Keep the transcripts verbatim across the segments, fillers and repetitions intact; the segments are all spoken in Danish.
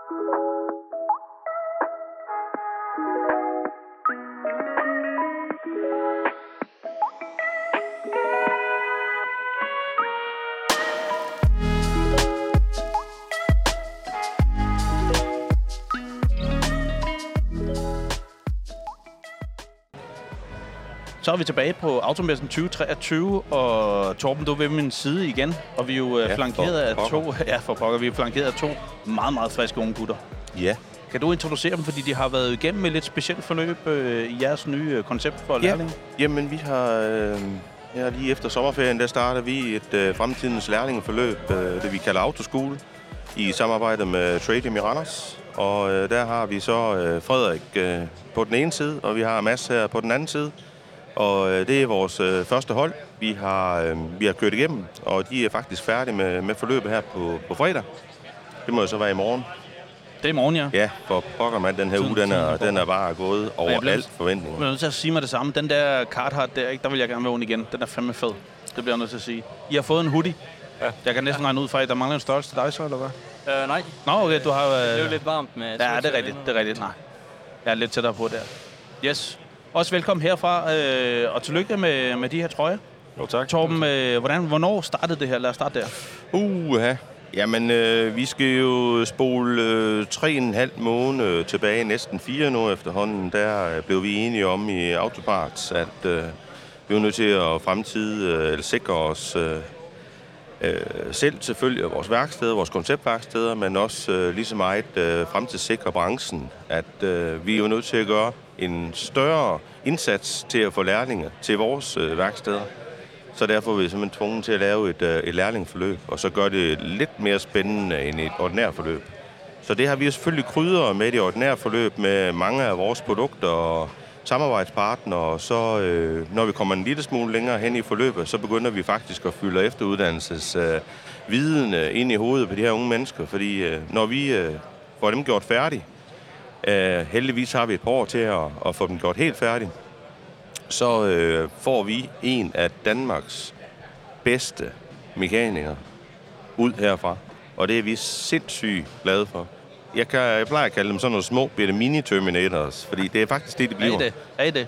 Så er vi tilbage på Automessen tyve treogtyve, og Torben, du er ved min side igen, og vi er jo ja, flankeret af to, ja, for pokker, vi er flankeret af to meget, meget friske unge gutter. Ja. Kan du introducere dem, fordi de har været igennem et lidt specielt forløb øh, i jeres nye øh, koncept for ja. lærlinge? Jamen, vi har øh, ja, lige efter sommerferien, der starter vi et øh, fremtidens lærlingeforløb, øh, det vi kalder Autoskole, i samarbejde med Tradium i Randers. Og øh, der har vi så øh, Frederik øh, på den ene side, og vi har Mads her på den anden side. Og øh, det er vores øh, første hold, vi har, øh, vi har kørt igennem, og de er faktisk færdige med, med forløbet her på, på fredag. Det må jo så være i morgen. Det er i morgen, ja. Ja, for pokker man, den her uge, den er, den er bare gået over alt forventninger. Jeg bliver nødt til at sige mig det samme. Den der Carhartt der, ikke, der vil jeg gerne være ond igen. Den er fandme fed. Det bliver jeg nødt til at sige. I har fået en hoodie. Ja. Jeg kan næsten ja. regne ud fra, at der mangler en størrelse til dig så, eller hvad? Øh, nej. Nå, okay, du har... Øh... Det er jo lidt varmt med... Ja, det er rigtigt, det er rigtigt. Nej. Jeg er lidt tættere på der. Yes. Også velkommen herfra, øh, og tillykke med, med de her trøjer. Jo, tak. Torben, øh, hvordan, hvornår startede det her? Lad os starte der. Uha. Jamen, øh, vi skal jo spole øh, tre og en halv måned tilbage, næsten fire nu efterhånden. Der øh, blev vi enige om i Autoparts, at øh, vi var nødt til at fremtid, øh, eller sikre os øh, øh, selv selvfølgelig vores værksteder, vores konceptværksteder, men også øh, lige så meget øh, fremtidssikre branchen, at øh, vi er jo nødt til at gøre en større indsats til at få lærlinge til vores øh, værksteder. Så derfor er vi simpelthen tvunget til at lave et, øh, et lærlingeforløb, og så gør det lidt mere spændende end et ordinært forløb. Så det har vi jo selvfølgelig krydret med det ordinære forløb med mange af vores produkter og samarbejdspartnere. Og så øh, når vi kommer en lille smule længere hen i forløbet, så begynder vi faktisk at fylde efteruddannelses øh, viden øh, ind i hovedet på de her unge mennesker. Fordi øh, når vi øh, får dem gjort færdige, øh, heldigvis har vi et par år til at, at få dem gjort helt færdige, så øh, får vi en af Danmarks bedste mekanikere ud herfra. Og det er vi sindssygt glade for. Jeg, kan, jeg plejer at kalde dem sådan nogle små bitte mini-terminators, fordi det er faktisk det, de bliver. Er I det? Er I det?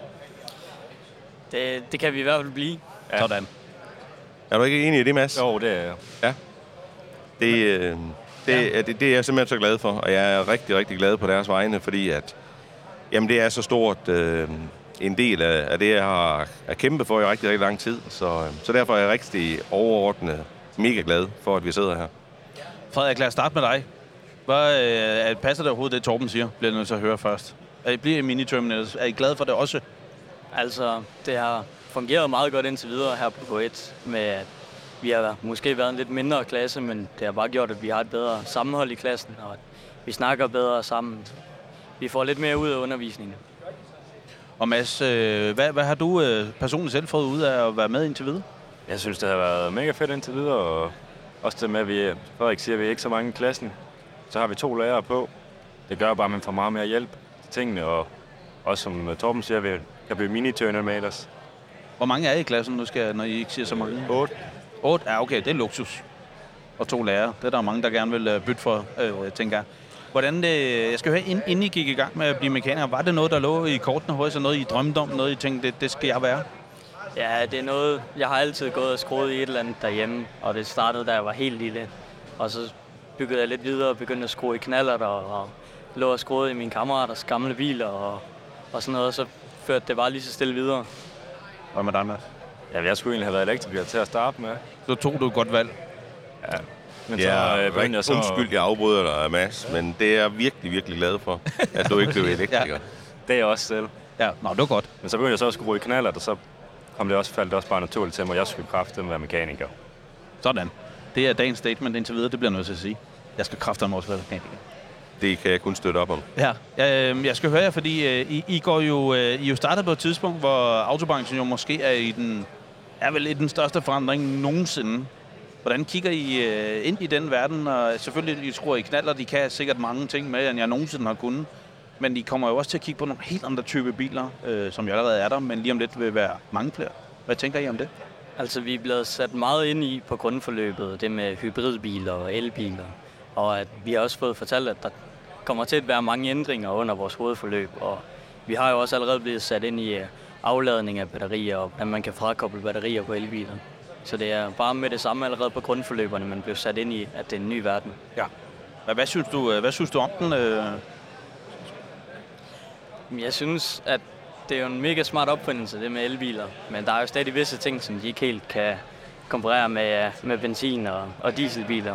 Det, det kan vi i hvert fald blive. Ja. Sådan. Er du ikke enig i det, Mads? Jo, det er jeg. Ja. Det, øh, det, ja. det, det er jeg simpelthen så glad for, og jeg er rigtig, rigtig glad på deres vegne, fordi at, jamen, det er så stort... Øh, en del af, af det, jeg har at kæmpe for i rigtig, rigtig lang tid. Så, så derfor er jeg rigtig overordnet mega glad for, at vi sidder her. Frederik, lad os starte med dig. Hvad øh, passer det overhovedet, det Torben siger? Bliver jeg nødt til at høre først. Er I bliver mini-terminators? Er I glade for det også? Altså, det har fungeret meget godt indtil videre her på K et, med at vi har måske været en lidt mindre klasse, men det har bare gjort, at vi har et bedre sammenhold i klassen, og at vi snakker bedre sammen. Vi får lidt mere ud af undervisningen. Og Mads, øh, hvad, hvad har du øh, personligt selv fået ud af at være med indtil videre? Jeg synes, det har været mega fedt indtil videre, og også det med, at vi, Frederik siger, at vi er ikke så mange i klassen. Så har vi to lærere på. Det gør bare, at man får meget mere hjælp til tingene, og også som Torben siger, at vi kan blive mini-terminators. Hvor mange er I i klassen, nu skal, når I ikke siger så mange? Otte. Otte? Ja, okay, det er luksus. Og to lærere. Det er der mange, der gerne vil uh, bytte for, øh, tænker jeg. Hvordan det, jeg skal høre, inden, inden I gik i gang med at blive mekaniker, var det noget, der lå i kortene hos jer, noget I drømte om, noget I tænkte, det, det skal jeg være? Ja, det er noget, jeg har altid gået og skruet i et eller andet derhjemme, og det startede, da jeg var helt lille. Og så byggede jeg lidt videre og begyndte at skrue i knallert og, og lå og skruede i mine kammeraters gamle biler og, og sådan noget, og så førte det bare lige så stille videre. Hvad med dig, Mads? Ja, jeg skulle egentlig have været elektriker til at starte med. Så tog du et godt valg. Ja. Men ja, så, øh, jeg så... undskyld, jeg afbryder dig, Mads, men det er jeg virkelig, virkelig glad for, at du ikke blev elektriker. Ja. Det er jeg også selv. Ja, nå, det var godt. Men så begyndte jeg så at skrue i knallert, og så kom det også, faldt det også bare naturligt til mig, at jeg skulle kraftedeme være mekaniker. Sådan. Det er dagens statement indtil videre, det bliver nødt til at sige. Jeg skal kraftedeme også være mekaniker. Det kan jeg kun støtte op om. Ja, jeg, jeg skal høre jer, fordi øh, I, I går jo, øh, I jo startet på et tidspunkt, hvor autobranchen jo måske er i den, er vel i den største forandring nogensinde. Hvordan kigger I øh, ind i den verden? Og selvfølgelig, I skruer i knaller, de kan sikkert mange ting med, end jeg nogensinde har kunnet. Men I kommer jo også til at kigge på nogle helt andre type biler, øh, som jo allerede er der, men lige om lidt vil være mange flere. Hvad tænker I om det? Altså, vi er blevet sat meget ind i på grundforløbet, det med hybridbiler og elbiler. Og at vi har også fået fortalt, at der kommer til at være mange ændringer under vores hovedforløb, og vi har jo også allerede blevet sat ind i afladning af batterier, og hvordan man kan frakoble batterier på elbiler. Så det er bare med det samme allerede på grundforløberne, man bliver sat ind i, at det er en ny verden. Ja. Hvad, hvad, synes, du, hvad synes du om den? Øh? Jeg synes, at det er jo en mega smart opfindelse, det med elbiler. Men der er jo stadig visse ting, som de ikke helt kan konkurrere med, med benzin- og, og dieselbiler.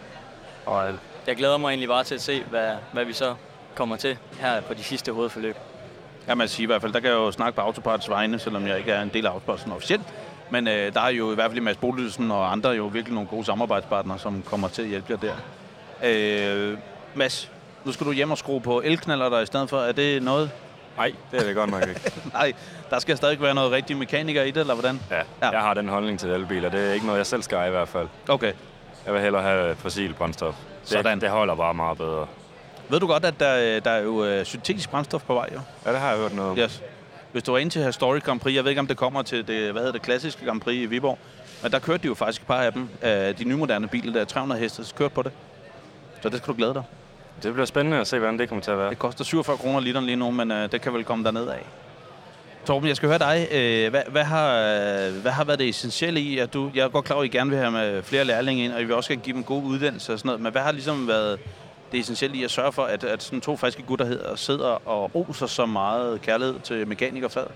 Og jeg glæder mig egentlig bare til at se, hvad, hvad vi så kommer til her på de sidste hovedforløb. Ja, man siger i hvert fald, der kan jeg jo snakke på Autoparts vegne, selvom jeg ikke er en del af Autoparten officielt. Men øh, der er jo i hvert fald Mads Bodilsen og andre jo virkelig nogle gode samarbejdspartnere, som kommer til at hjælpe jer der. Øh, Mads, nu skal du hjem og skrue på elknaller der i stedet for. Er det noget? Nej, det er det godt nok ikke. Nej, der skal stadig være noget rigtig mekaniker i det, eller hvordan? Ja, ja, jeg har den holdning til elbiler. Det er ikke noget, jeg selv skal eje i hvert fald. Okay. Jeg vil hellere have fossil brændstof. Det, Sådan. Det holder bare meget bedre. Ved du godt, at der, der er jo øh, syntetisk brændstof på vej, jo? Ja, det har jeg hørt noget om. Yes. Hvis du er inde til Historic Grand Prix, jeg ved ikke, om det kommer til det, hvad hedder det, klassiske Grand Prix i Viborg, men der kørte de jo faktisk et par af dem, øh, de nymoderne biler, der er tre hundrede heste, kørte på det. Så det skal du glæde dig. Det bliver spændende at se, hvordan det kommer til at være. Det koster syvogfyrre kroner literen lige nu, men øh, det kan vel komme derned af. Torben, jeg skal høre dig. Øh, hvad, hvad, har, hvad har været det essentielle i, at du... Jeg er godt klar over, at I gerne vil have med flere lærlinge ind, og I vil også gerne give dem gode uddannelser og sådan noget, men hvad har ligesom været det essentielle i at sørge for, at, at sådan to friske gutter hedder, sidder og roser så meget kærlighed til mekanikerfaget?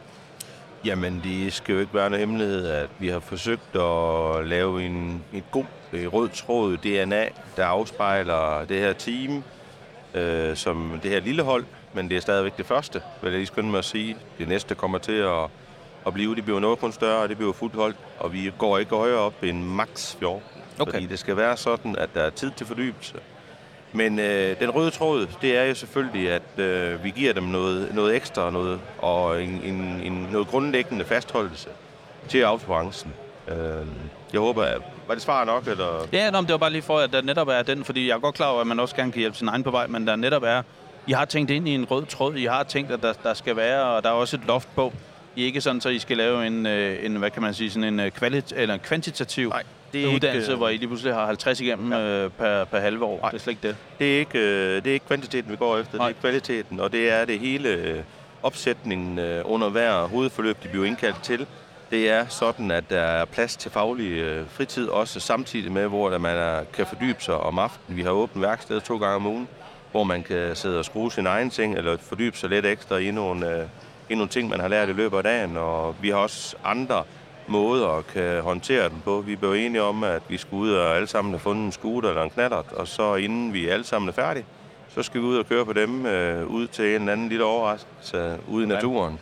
Jamen, det skal jo ikke være en hemmelighed, at vi har forsøgt at lave en, en god rød tråd D N A, der afspejler det her team, øh, som det her lille hold, men det er stadigvæk det første, vil jeg lige skynde mig at sige. Det næste kommer til at, at blive, det bliver noget kun større, og det bliver fuldt holdt, og vi går ikke højere op end max fjorten, okay. Fordi det skal være sådan, at der er tid til fordybelse. Men øh, den røde tråd, det er jo selvfølgelig, at øh, vi giver dem noget, noget ekstra noget, og en, en, en, noget grundlæggende fastholdelse til autobranchen. Øh, jeg håber, at... Var det svar nok, eller...? Ja, nå, det var bare lige for, at der netop er den, fordi jeg er godt klar over, at man også gerne kan hjælpe sin egen på vej, men der netop er... I har tænkt ind i en rød tråd, I har tænkt, at der, der skal være, og der er også et loft på. I er ikke sådan, så I skal lave en, en hvad kan man sige, sådan en kvalit- eller en kvantitativ... Nej. Det er uddannelse, ikke, hvor I lige pludselig har halvtreds igennem ja. øh, per, per halve år. Nej. Det er slet ikke det. Det er ikke, øh, det er ikke kvantiteten, vi går efter. Nej. Det er kvaliteten, og det er det hele øh, opsætningen øh, under hver hovedforløb, de bliver indkaldt til. Det er sådan, at der er plads til faglig øh, fritid, også samtidig med, hvor man er, kan fordybe sig om aftenen. Vi har åbent værksted to gange om ugen, hvor man kan sidde og skrue sin egen ting, eller fordybe sig lidt ekstra i nogle, øh, i nogle ting, man har lært i løbet af dagen. Og vi har også andre måder kan håndtere den på. Vi blev enige om, at vi skulle ud og alle sammen have fundet en scooter eller en knallert, og så inden vi alle sammen er færdige, så skal vi ud og køre på dem øh, ud til en eller anden lille overraskelse ude i naturen.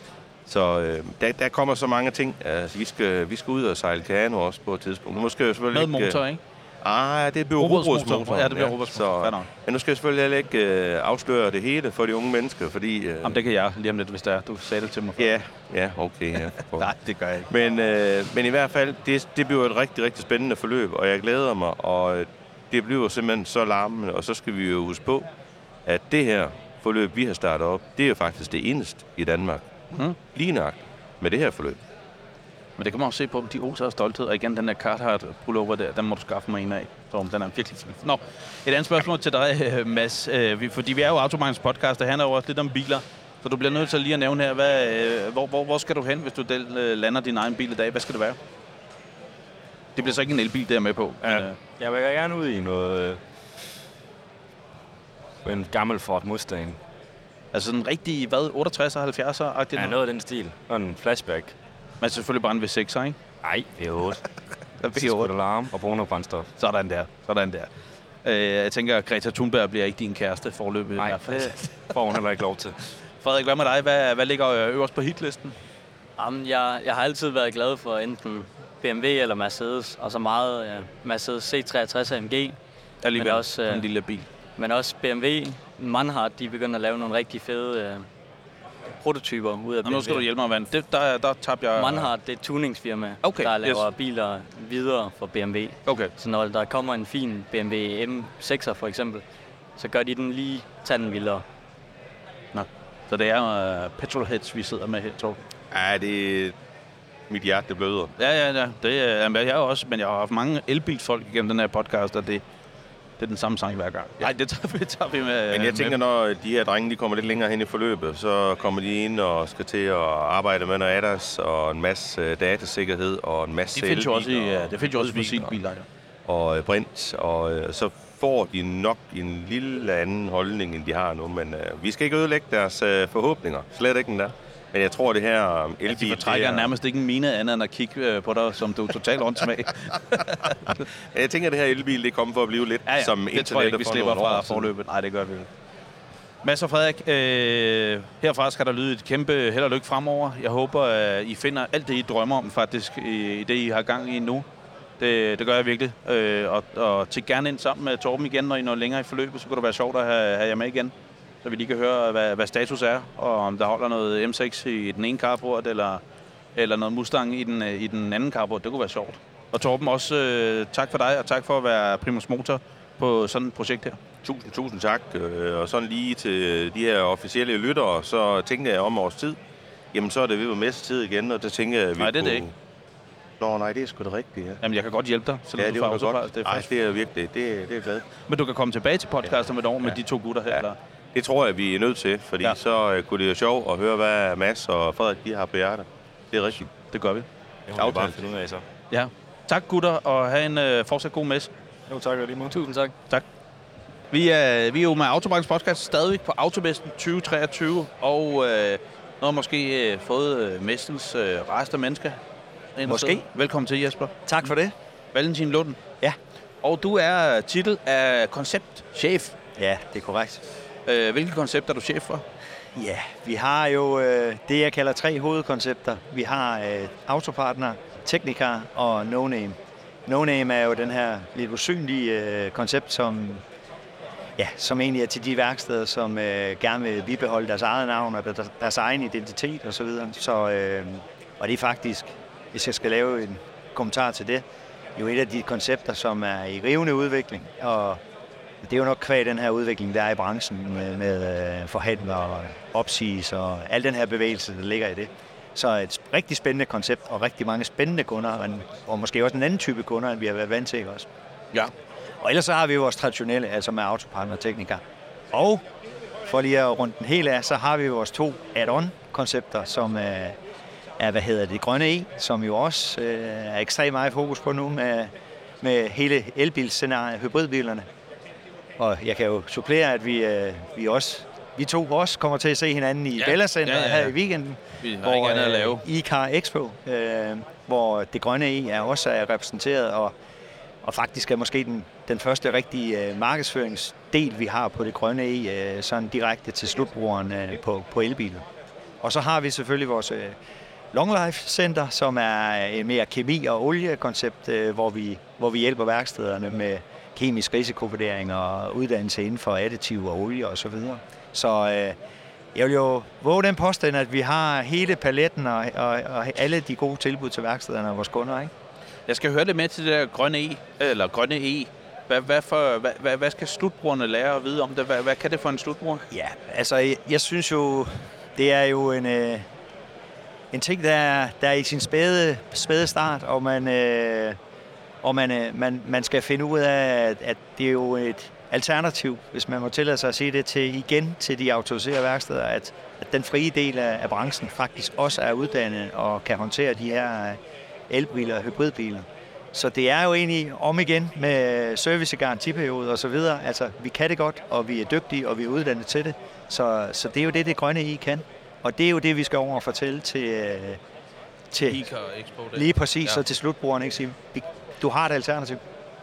Så øh, der, der kommer så mange ting. Altså, vi, skal, vi skal ud og sejle kano også på et tidspunkt. Nu skal jeg selvfølgelig med ikke... motor, ikke? Ah, det bliver robotsmotor. Ja, det bliver robotsmotor. Ja, men nu skal jeg selvfølgelig heller ikke øh, afsløre det hele for de unge mennesker, fordi... Øh, Jamen, det kan jeg lige om lidt, hvis det er. Du sagde det til mig før. Ja, ja, okay. Ja, nej, det gør jeg ikke. Men, øh, men i hvert fald, det, det bliver et rigtig, rigtig spændende forløb, og jeg glæder mig, og det bliver simpelthen så larmende, og så skal vi jo huske på, at det her forløb, vi har startet op, det er jo faktisk det eneste i Danmark. Mm. Lige nok med det her forløb. Men det kan man også se på, de oser af stolthed, og igen, den der Carhartt pullover der, den må du skaffe mig en af. Så den er virkelig fint. Nå, et andet spørgsmål til dig, Mads. Fordi vi er jo Automarkens podcast, det handler jo også lidt om biler. Så du bliver nødt til lige at nævne her, hvad, hvor, hvor, hvor skal du hen, hvis du del, lander din egen bil i dag? Hvad skal det være? Det bliver så ikke en elbil, der er med på. Ja, men, jeg vil gerne ud i noget... Øh, en gammel Ford Mustang. Altså sådan en rigtig, hvad, otteogtres og halvfjerdser-agtigt? Ja, noget af den stil. Og en flashback. Men selvfølgelig bare en V sekser, ikke? Nej, V otte. V otte. Alarm og bruge noget brændstof. Sådan der, sådan der. Øh, jeg tænker, at Greta Thunberg bliver ikke din kæreste forløbet. Nej, det får hun heller ikke lov til. Frederik, hvad med dig? Hvad, hvad ligger øverst på hitlisten? Jamen, jeg, jeg har altid været glad for enten B M W eller Mercedes, og så meget ja, Mercedes C treogtres A M G. Men også øh, en lille bil. Men også B M W, Manhart, de begynder at lave nogle rigtig fede øh, prototyper ud af B M W. Nå, nu skal du hjælpe mig, Vand. Det, der, der tabte jeg... Manhart, det er et tuningsfirma, okay, der laver yes. biler videre for B M W. Okay. Så når der kommer en fin B M W M sekser for eksempel, så gør de den lige tanden vildere. Nå, så det er uh, petrolheads, vi sidder med her, Torben. Ja, det er mit hjerte, det bløder. Ja, ja, ja. Det er jeg er også, men jeg har haft mange elbilsfolk igennem den her podcast, og det, det er den samme sang hver gang. Nej, det tager vi, tager vi med. Men jeg tænker, med. når de her drenge de kommer lidt længere hen i forløbet, så kommer de ind og skal til at arbejde med noget A D A S og en masse datasikkerhed og en masse Det findes jo også i, elbiler ja, det findes jo også i hybridbiler fossilbiler. Ja. og øh, brint, og øh, så får de nok en lille anden holdning, end de har nu. Men øh, vi skal ikke ødelægge deres øh, forhåbninger. Slet ikke den der. Men jeg tror, det her elbil... Altså, de fortrækker er... nærmest ikke en mine andet end at kigge øh, på dig, som du er totalt åndssmag. Jeg tænker, at det her elbil det er kommet for at blive lidt ja, ja. som det tror jeg ikke, vi slipper fra forløbet. Nej, det gør vi ikke. Mads og Frederik, øh, herfra skal der lyde et kæmpe held og lykke fremover. Jeg håber, at I finder alt det, I drømmer om faktisk i, i det, I har gang i nu. Det, det gør jeg virkelig. Øh, og, og til gerne ind sammen med Torben igen, når I når længere i forløbet, så kunne det være sjovt at have, have jer med igen. Så vi lige kan høre, hvad, hvad status er, og om der holder noget M seks i den ene carport, eller, eller noget Mustang i den, i den anden carport. Det kunne være sjovt. Og Torben, også øh, tak for dig, og tak for at være primus motor på sådan et projekt her. Tusind, tusind tak. Og sådan lige til de her officielle lyttere, så tænker jeg om års tid, jamen så er det ved på messetid igen, og det tænker jeg, at vi Nej, det er kunne... det ikke. Nå, nej, det er sgu det rigtige, ja. Jamen, jeg kan godt hjælpe dig, selvom Ja, du det får var autofart. godt. Det er Nej, faktisk... det er virkelig, det, det er glad. Men du kan komme tilbage til podcasten om et år med Ja. de to gutter her, Ja. eller? Det tror jeg, vi er nødt til, fordi Ja. ja. så uh, kunne det være sjovt at høre, hvad Mads og Frederik de har på hjertet. Det er rigtigt. Det gør vi. Det må vi bare finde ud af så. Ja. Tak, gutter, og have en øh, fortsat god messe. Jo, tak og lige måde. Tusind tak. Tak. Vi er, vi er jo med Autobranchens podcast stadigvæk på Automessen tyve treogtyve, og øh, nu har måske øh, fået øh, messens øh, rejste mennesker. Måske. Velkommen til, Jesper. Tak for det. Valentin Lund. Ja. Og du er titel af konceptchef. Ja, det er korrekt. Øh, hvilket koncept er du chef for? Ja, vi har jo øh, det, jeg kalder tre hovedkoncepter. Vi har øh, Autopartner, Technicar og No Name. No Name er jo den her lidt usynlige øh, koncept, som, ja, som egentlig er til de værksteder, som øh, gerne vil bibeholde deres eget navn og deres, deres egen identitet osv. Så, videre. så øh, og det er faktisk, hvis jeg skal lave en kommentar til det, jo et af de koncepter, som er i rivende udvikling, og det er jo nok kvæg den her udvikling, der er i branchen med, med øh, forhandler og opsiges og al den her bevægelse, der ligger i det. Så et rigtig spændende koncept og rigtig mange spændende kunder, og måske også en anden type kunder, end vi har været vant til også. Ja. Og ellers så har vi jo vores traditionelle, altså med Autopartner og Technicar. Og for lige at runde den helt af, så har vi jo vores to add-on-koncepter, som er, er, hvad hedder det, grønne E, som jo også øh, er ekstremt meget fokus på nu med, med hele elbilscenariet, hybridbilerne. Og jeg kan jo supplere, at vi, øh, vi også, vi to også kommer til at se hinanden i Ja. Bella Center Ja, ja, ja. her i weekenden. Vi har ikke andet at lave. øh, e-car Expo, øh, hvor det grønne E er også er repræsenteret, og, og faktisk er måske den, den første rigtige øh, markedsføringsdel, vi har på det grønne E, øh, sådan direkte til slutbrugeren øh, på, på elbiler. Og så har vi selvfølgelig vores øh, Long Life Center, som er et mere kemi- og oliekoncept, øh, hvor, vi, hvor vi hjælper værkstederne med kemisk risikovurdering og uddannelse inden for additiv og olie og så videre. Så øh, jeg vil jo våge den påstand, at vi har hele paletten og, og, og alle de gode tilbud til værkstederne og vores kunder, ikke? Jeg skal høre lidt med til det der grønne E, eller grønne E. Hvad, hvad, for, hvad, hvad, hvad skal slutbrugerne lære at vide om det? Hvad, hvad kan det for en slutbruger? Ja, altså jeg, jeg synes jo, det er jo en, øh, en ting, der er, der er i sin spæde, spæde start, og man... Øh, Og man, man, man skal finde ud af, at, at det er jo et alternativ, hvis man må tillade sig at sige det, til igen til de autoriserede værksteder, at, at den frie del af, af branchen faktisk også er uddannet og kan håndtere de her elbiler og hybridbiler. Så det er jo egentlig om igen med service- og garantiperiode og så videre. Altså, vi kan det godt, og vi er dygtige, og vi er uddannet til det. Så, så det er jo det, det grønne I kan. Og det er jo det, vi skal over og fortælle til, til E-car Expo. lige præcis, Ja. så til slutbrugeren, ikke sige, du har et alternativ.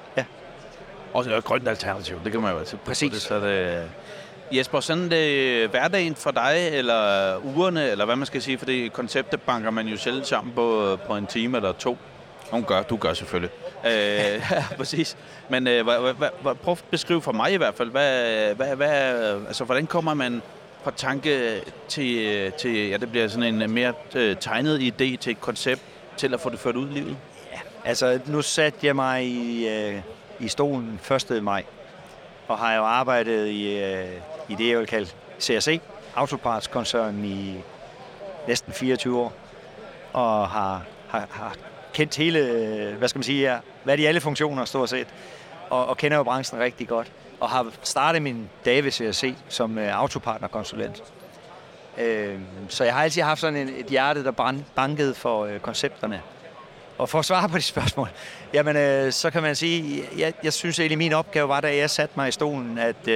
Også et grønt alternativ, det kan man jo altid. Præcis. Det, så det, Jesper, sådan det hverdagen for dig, eller ugerne, eller hvad man skal sige, for det konceptet banker man jo selv sammen på, på en time eller to. Nogen gør, du gør selvfølgelig. øh, ja, præcis. Men øh, hvad, hvad, hvad, prøv at beskrive for mig i hvert fald, hvad, hvad, hvad, altså, hvordan kommer man fra tanke til, til, ja, det bliver sådan en mere øh, tegnet idé til et koncept, til at få det ført ud i livet? Altså, nu satte jeg mig i, øh, i stolen første maj, og har jo arbejdet i, øh, i det, jeg vil kalde C R C, Autoparts-koncernen, i næsten fireogtyve år, og har, har, har kendt hele, hvad skal man sige, ja, hvad er de alle funktioner stort set. og, og kender jo branchen rigtig godt. Og har startet min dage ved C S C som uh, autopartnerkonsulent. Uh, så jeg har altid haft sådan en, et hjerte, der brand, bankede for uh, koncepterne. Og for at svare på de spørgsmål, jamen, uh, så kan man sige, jeg, jeg synes egentlig, min opgave var, da jeg satte mig i stolen, at uh,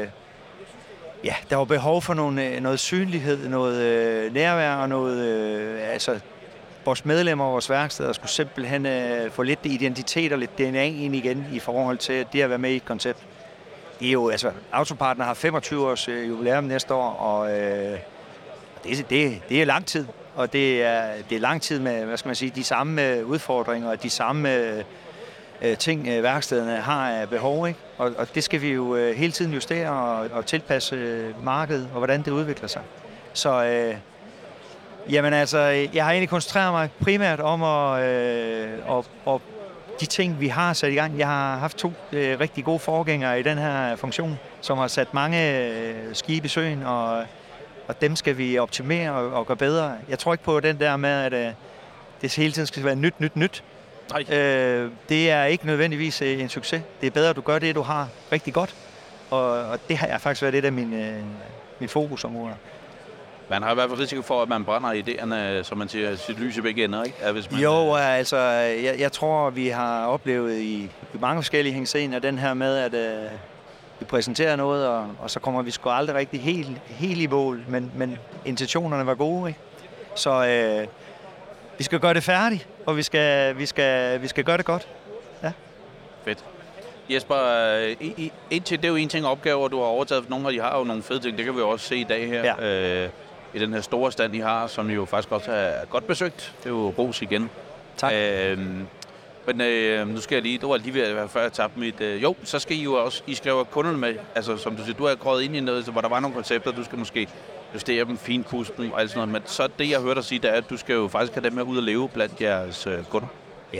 ja, der var behov for nogle, noget synlighed, noget uh, nærvær og noget... Uh, altså, vores medlemmer og vores værksteder skulle simpelthen uh, få lidt identitet og lidt D N A ind igen i forhold til det at være med i et koncept. Det er jo, altså, Autopartner har femogtyve års øh, jubilæum næste år, og øh, det, det, det er lang tid. Og det er, det er lang tid med, hvad skal man sige, de samme udfordringer og de samme øh, ting, øh, værkstederne har af behov, ikke? Og, og det skal vi jo øh, hele tiden justere og, og tilpasse øh, markedet og hvordan det udvikler sig. Så øh, jamen altså, jeg har egentlig koncentreret mig primært om at, øh, at, at de ting, vi har sat i gang. Jeg har haft to øh, rigtig gode forgængere i den her funktion, som har sat mange øh, skibe i søen, og, og dem skal vi optimere og, og gøre bedre. Jeg tror ikke på den der med, at øh, det hele tiden skal være nyt, nyt, nyt. Øh, det er ikke nødvendigvis øh, en succes. Det er bedre, at du gør det, du har rigtig godt. Og, og det har jeg faktisk været lidt af min, øh, min fokusområder. Man har i hvert fald risiko for, at man brænder idéerne, som man siger, sit lys i begge ender, ikke? Ja, hvis man, jo, altså, jeg, jeg tror, vi har oplevet i, i mange forskellige hængsener den her med, at øh, vi præsenterer noget, og, og så kommer vi sgu aldrig rigtig helt, helt i mål, men, men intentionerne var gode, ikke? Så øh, vi skal gøre det færdigt, og vi skal, vi skal, vi skal gøre det godt. Ja. Fedt. Jesper, i, i, indtil, det er jo en ting opgaver, du har overtaget for nogle, og de har jo nogle fede ting, det kan vi jo også se i dag her. Ja. Øh, i den her store stand, I har, som I jo faktisk også er godt besøgt. Det er jo ros igen. Tak. Øh, men øh, nu skal jeg lige, det var lige ved at være før jeg tabte mit... Øh, jo, så skal I jo også, I skriver kunderne med, altså som du siger, du har gået ind i noget, hvor der var nogle koncepter, du skal måske justere dem, finpudse dem og alt sådan noget, men så det, jeg hørte dig sige, det er, at du skal jo faktisk have dem med ud at leve blandt jeres øh, kunder. Ja.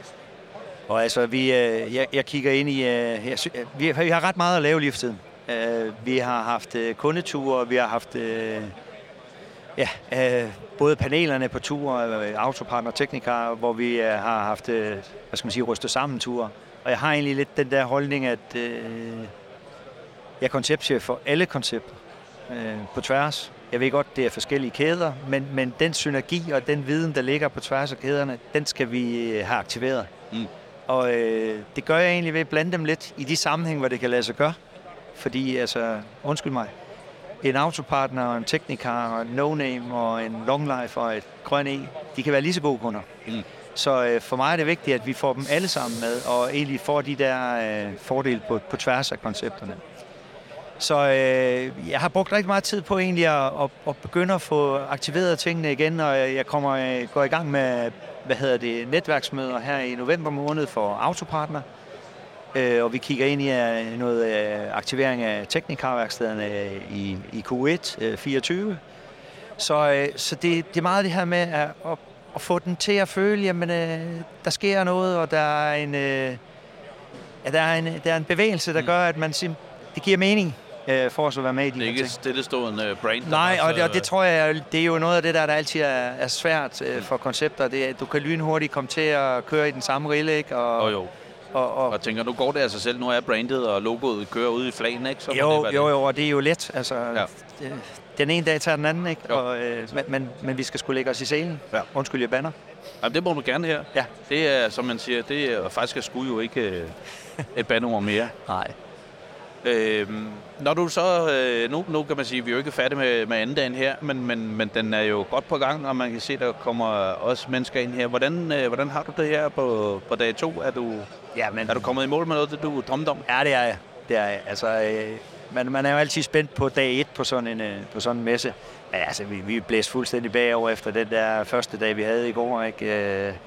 Og altså, vi, øh, jeg, jeg kigger ind i... Øh, jeg, vi, vi har ret meget at lave lige for tiden. Øh, vi har haft øh, kundeture, vi har haft... Øh, Ja, øh, både panelerne på tur, øh, Autopartner og Technicar, hvor vi øh, har haft, øh, hvad skal man sige, rystet sammen ture. Og jeg har egentlig lidt den der holdning, at øh, jeg er konceptchef for alle koncepter øh, på tværs. Jeg ved godt, det er forskellige kæder, men, men den synergi og den viden, der ligger på tværs af kæderne, den skal vi øh, have aktiveret. Mm. Og øh, det gør jeg egentlig ved at blande dem lidt i de sammenhæng, hvor det kan lade sig gøre. Fordi, altså, undskyld mig, en Autopartner, en Technicar, en No Name og en Long Life og et Grøn E, de kan være lige så gode kunder. Mm. Så øh, for mig er det vigtigt, at vi får dem alle sammen med, og egentlig får de der øh, fordele på, på tværs af koncepterne. Så øh, jeg har brugt rigtig meget tid på egentlig at, at, at begynde at få aktiveret tingene igen, og jeg kommer, øh, går i gang med, hvad hedder det, netværksmøder her i november måned for Autopartner. Øh, og vi kigger ind i uh, noget uh, aktivering af Technicar-værkstederne uh, i, i Q et uh, fireogtyve. Så, uh, så det, det er meget det her med at, at, at få den til at føle, jamen, uh, der sker noget, og der er en, uh, ja, der er en, der er en bevægelse, der gør, at man sim- det giver mening uh, for os at være med i de ting. Det er ikke stillestående brand. Nej, og det, og det tror jeg, det er jo noget af det der, der altid er, er svært uh, for koncepter. Det er, du kan lynhurtigt komme til at køre i den samme rille, ikke? Og, oh, jo. Og, og, og tænker, nu går det af sig selv, nu er brandet og logoet kører ud i flagen, ikke? Så jo, det, jo, jo, og det er jo let. Altså, ja. Den ene dag tager den anden, ikke? Og, øh, men, men vi skal sgu lægge os i selen. Ja. Undskyld, jeg banner. Jamen, det må du gerne her. Ja. Det er, som man siger, det er faktisk at skulle jo ikke øh, et bandeord mere. Nej. Øhm, når du så, øh, nu, nu kan man sige, vi er jo ikke færdige med, med anden dagen her, men, men, men den er jo godt på gang, og man kan se, der kommer også mennesker ind her. Hvordan, øh, hvordan har du det her på, på dag to? Er du, ja, men, er du kommet i mål med noget, det du drømte om? Ja, det er jeg. Det er jeg. Altså, øh, man, man er jo altid spændt på dag et på sådan en, øh, på sådan en messe. Men altså, vi, vi blæste fuldstændig bagover efter den der første dag, vi havde i går, ikke? Øh,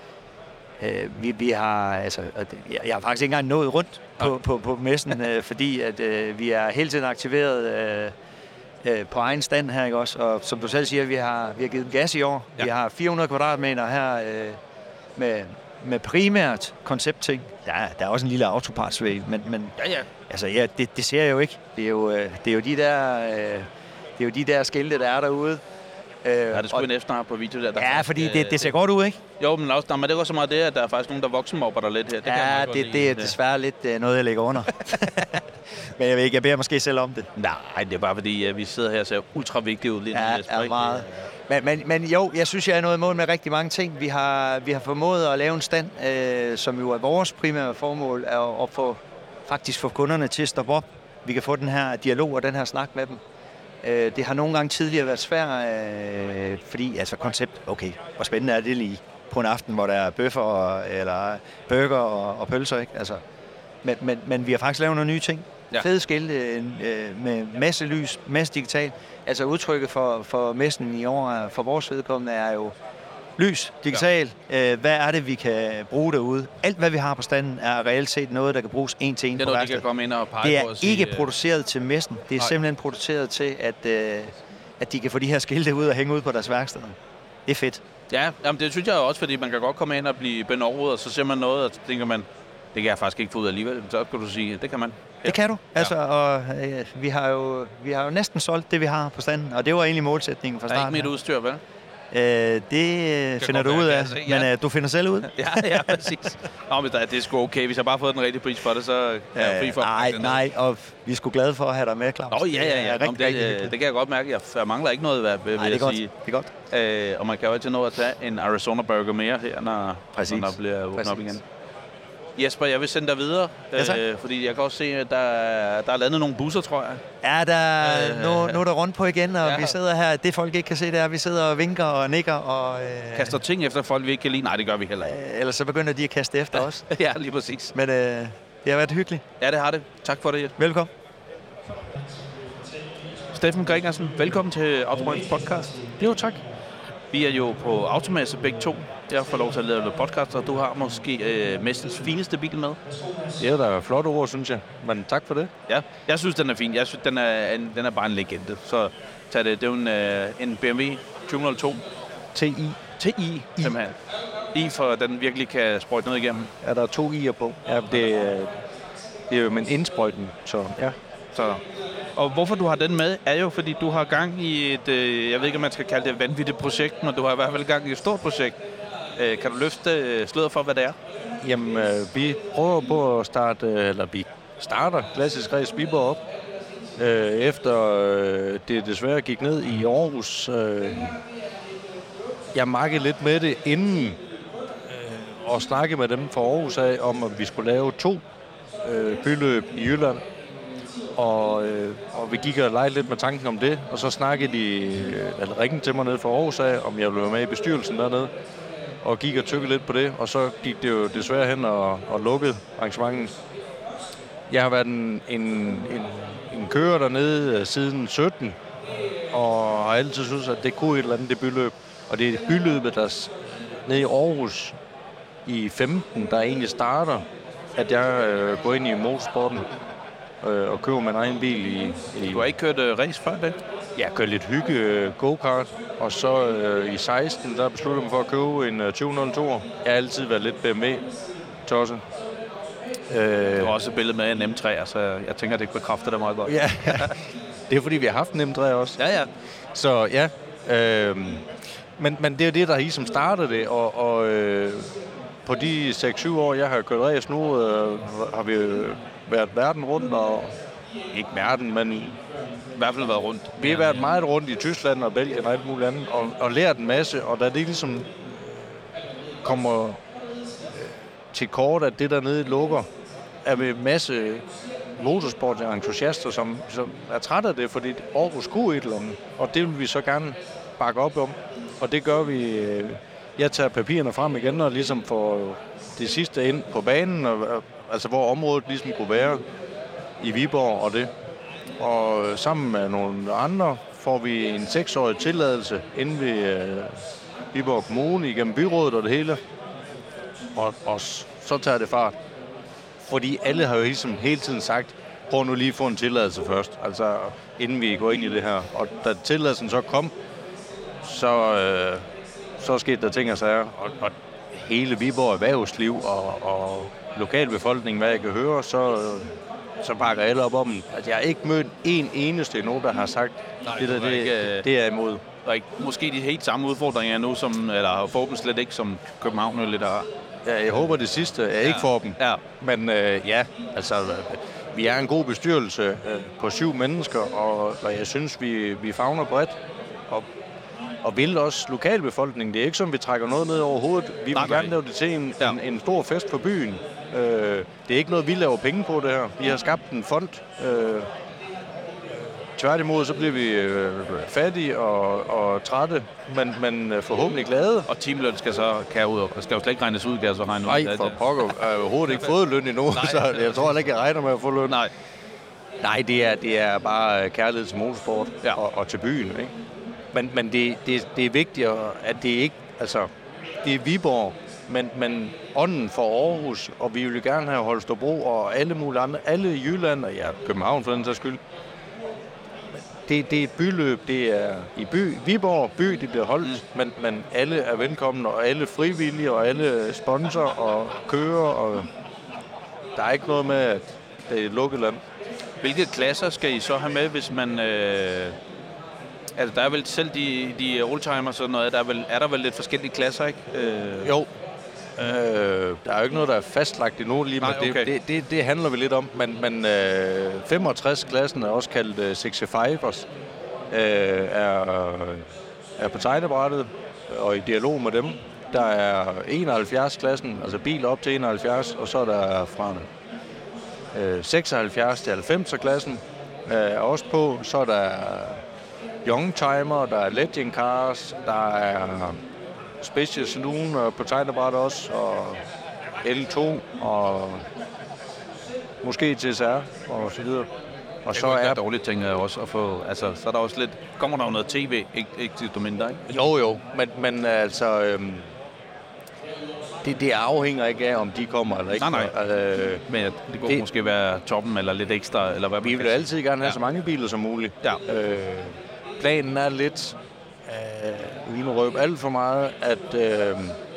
øh, vi, vi har, altså, jeg, jeg har faktisk ikke engang nået rundt på, på, på messen, øh, fordi at, øh, vi er hele tiden aktiveret øh, øh, på egen stand her, ikke også? Og som du selv siger, vi har, vi har givet gas i år. Ja. Vi har fire hundrede kvadratmeter her øh, med, med primært konceptting. Der er, der er også en lille autopartsvæg, men, men ja, ja. Altså, ja, det, det ser jeg jo ikke. Det er jo, øh, det er jo de der, øh, det er jo de der skilte, der er derude. Øh, ja, det skulle vi næsten have på video der. der ja, faktisk, fordi øh, det, det ser godt ud, ikke? Jo, men, også, men det er også så meget det, at der er faktisk nogen, der voksenmobber der lidt her. Det ja, kan jeg det, det er desværre lidt uh, noget, jeg lægger under. Men jeg ved ikke, jeg beder måske selv om det. Nej, det er bare fordi, at vi sidder her og ser ultra vigtigt ud lige nu. Ja, er meget. Men, men, men jo, jeg synes, jeg er noget imod med rigtig mange ting. Vi har, vi har formået at lave en stand, øh, som jo er vores primære formål, er at, at få, faktisk få kunderne til at stoppe op. Vi kan få den her dialog og den her snak med dem. Øh, det har nogle gange tidligere været svært, øh, fordi altså koncept, okay, hvor spændende er det lige på en aften, hvor der er bøffer og, eller burger og, og pølser, ikke? Altså, men, men, men vi har faktisk lavet nogle nye ting. Ja. Fede skilte øh, med masse lys, masse digital. Altså udtrykket for, for messen i år, for vores vedkommende, er jo lys, digital. Ja. Øh, hvad er det, vi kan bruge derude? Alt, hvad vi har på standen, er reelt set noget, der kan bruges en til en på værkstedet. Det er noget, de kan komme ind og pege det er på og sige, ikke produceret til messen. Det er nej. simpelthen produceret til, at, øh, at de kan få de her skilte ud og hænge ud på deres værksteder. Det er fedt. Ja, jamen det synes jeg også, fordi man kan godt komme ind og blive benovet, og så ser man noget, og så tænker man, det kan jeg faktisk ikke få ud alligevel. Så kan du sige, det kan man. Ja. Det kan du. Altså, ja. og øh, vi har jo vi har jo næsten solgt det, vi har på standen, og det var egentlig målsætningen fra starten. Der er ikke mit udstyr, vel? Øh, det finder du ud af, se, ja. men øh, du finder selv ud. ja, ja, præcis. Nå, men det er sgu okay. Hvis jeg bare har fået den rigtige pris for det, så er jeg fri for. Nej, nej, og vi er sgu glade for at have dig med, Claus. Nå, ja, ja, ja. Rigtig, det, rigtig det, det kan jeg godt mærke. Jeg mangler ikke noget, hvad vil nej, jeg det er sige. Godt. Det er godt. Øh, og man kan jo altid nå at tage en Arizona Burger mere her, når, når der bliver åbnet op igen. Jesper, jeg vil sende dig videre, ja, øh, fordi jeg kan også se, at der, der er landet nogle busser, tror jeg. Ja, der, øh, nu, nu er der rundt på igen, og ja. vi sidder her. Det folk ikke kan se, det er, at vi sidder og vinker og nikker. Og, øh, kaster ting efter folk, vi ikke kan lide. Nej, det gør vi heller ikke. Øh, ellers så begynder de at kaste efter os. Ja, lige præcis. Men øh, det har været hyggeligt. Ja, det har det. Tak for det. Velkommen. Steffen Gringersen, velkommen til Autobrands podcast. Jo, tak. Vi er jo på Automasse begge to. Jeg får lov til at lave noget podcast, og du har måske øh, mestens fineste bil med. Ja, der er flotte ord, synes jeg. Men tak for det. Ja, jeg synes, den er fin. Jeg synes, den er, en, den er bare en legende. Så tag det. Det er jo en, øh, en B M W tyve nul to. T I. T I, simpelthen. I, for den virkelig kan sprøjte noget igennem. Ja, der er to i'er på. Ja, det, det er jo en indsprøjtning, så ja. Så. Og hvorfor du har den med, er jo, fordi du har gang i et, øh, jeg ved ikke, om man skal kalde det et vanvittigt projekt, men du har i hvert fald gang i et stort projekt. Øh, kan du løfte sløret for, hvad det er? Jamen, øh, vi prøver på at starte, eller vi starter Klassisk Race Viborg op, øh, efter øh, det desværre gik ned i Aarhus. Øh, jeg makkede lidt med det inden, øh, og snakke med dem fra Aarhus af, om at vi skulle lave to øh, byløb i Jylland. Og, øh, og vi gik og legede lidt med tanken om det, og så snakkede de, øh, eller ringede til mig ned fra Aarhus af, om jeg ville være med i bestyrelsen dernede, og gik og tykkede lidt på det, og så gik det jo desværre hen og, og lukkede arrangementet. Jeg har været en, en, en, en kører dernede øh, siden sytten, og har altid synes, at det kunne et eller andet, det byløb. Og det er byløbet, der nede i Aarhus i femten, der egentlig starter, at jeg øh, går ind i motorsporten og køber min egen bil i... i du har ikke kørt uh, race før det? Ja, jeg kørte lidt hygge uh, go-kart, og så uh, i seksten, der besluttede jeg mig for at købe en uh, tyve nul to. Jeg har altid været lidt B M W-tosset. Uh, du har også et billede med en M tre, så jeg tænker, det bekræfter det meget godt. Ja, det er fordi, vi har haft en M tre også. Ja, ja. Så ja, øh, men, men det er det, der er i, som startede det, og... og øh, på de seks syv år, jeg har kørt race nu, øh, har vi været verden rundt, og ikke verden, men i hvert fald været rundt. Vi har været meget rundt i Tyskland og Belgien og alt muligt andet, og, og lært en masse, og da det ligesom kommer til kort, at det dernede lukker, er vi en masse motorsport-entusiaster, som, som er trætte af det, fordi Aarhus kunne et eller andet, og det vil vi så gerne bakke op om, og det gør vi... Jeg tager papirerne frem igen og ligesom får det sidste ind på banen, og, altså hvor området ligesom kunne være i Viborg og det. Og sammen med nogle andre får vi en seksårig tilladelse inde ved øh, Viborg Kommune igennem byrådet og det hele. Og, og så tager det fart. Fordi alle har jo ligesom hele tiden sagt, prøv nu lige at få en tilladelse først, altså inden vi går ind i det her. Og da tilladelsen så kom, så... Øh, så skete der ting og sager, og, og hele Viborg erhvervsliv og, og lokalbefolkningen, hvad jeg kan høre, så, så bakker alle op om. Altså, jeg har ikke mødt en eneste endnu, der har sagt, nej, det, der, det, ikke, det er imod. og ikke måske de helt samme udfordringer nu, som, eller forhåbentlig slet ikke, som København jo lidt har. Ja, jeg håber det sidste er ikke Ja. for dem. Ja. Men øh, ja, altså, øh, vi er en god bestyrelse øh, på syv mennesker, og, og jeg synes, vi, vi favner bredt. Og, og vil også lokalbefolkningen. Det er ikke som, vi trækker noget ned over hovedet. Vi Nej, vil gerne nej. lave det til en, Ja. en, en stor fest for byen. Øh, det er ikke noget, vi laver penge på, det her. Vi har skabt en fond. Øh, tværtimod, så bliver vi øh, fattige og, og trætte, men, men forhåbentlig glade. Og timeløn skal så kan ud, skal jo slet ikke regnes ud, kan jeg så regne ud. Nej, for pokker. Jeg har overhovedet ikke fået løn endnu, Nej. så jeg tror heller ikke, jeg regner med at få løn. Nej. Nej, det er, det er bare kærlighed til motorsport Ja. og, og til byen. Ikke? Men, men det, det, det er vigtigt, at det ikke... Altså, det er Viborg, men, men ånden for Aarhus, og vi vil jo gerne have Holstebro og alle mulige andre, alle i Jylland, og ja, København for den sags skyld. Det, det er et byløb, det er i by. Viborg by, det bliver holdt, mm. men, men alle er velkomne, og alle frivillige, og alle sponsor og kører, og der er ikke noget med, at det er et lukket land. Hvilke klasser skal I så have med, hvis man... Øh, altså, der er vel selv de, de oldtimer og sådan noget, der er, vel, er der vel lidt forskellige klasser, ikke? Øh, Jo. Øh, der er jo ikke noget, der er fastlagt endnu lige med Nej, okay. det. Det, det. Det handler vi lidt om, men, men øh, femogtres-klassen er også kaldt øh, seksoghalvfjerds, øh, er, er på tegnebrættet og i dialog med dem. Der er enoghalvfjerds-klassen, altså bil op til enoghalvfjerds, og så er der fra øh, seksoghalvfjerds til halvfems-klassen øh, er også på. Så er der youngtimer, der er legend cars, der er Special Saloon på tegnebræt også, og L to, og måske T S R, og så videre. Og så så er er... dårligt, tænker jeg også, at få... Altså, så er der også lidt... Kommer der jo noget tv, ikke, ikke desto mindre, ikke? Jo, jo, men, men altså... Øhm, det, det afhænger ikke af, om de kommer eller ikke. Nej, nej. Øh, Men det kunne Det- det, måske være toppen, eller lidt ekstra, eller hvad man vi kan vil jo sige. altid gerne have Ja. så mange biler som muligt. Ja. Øh, planen er lidt, øh, uden at røbe alt for meget, at øh,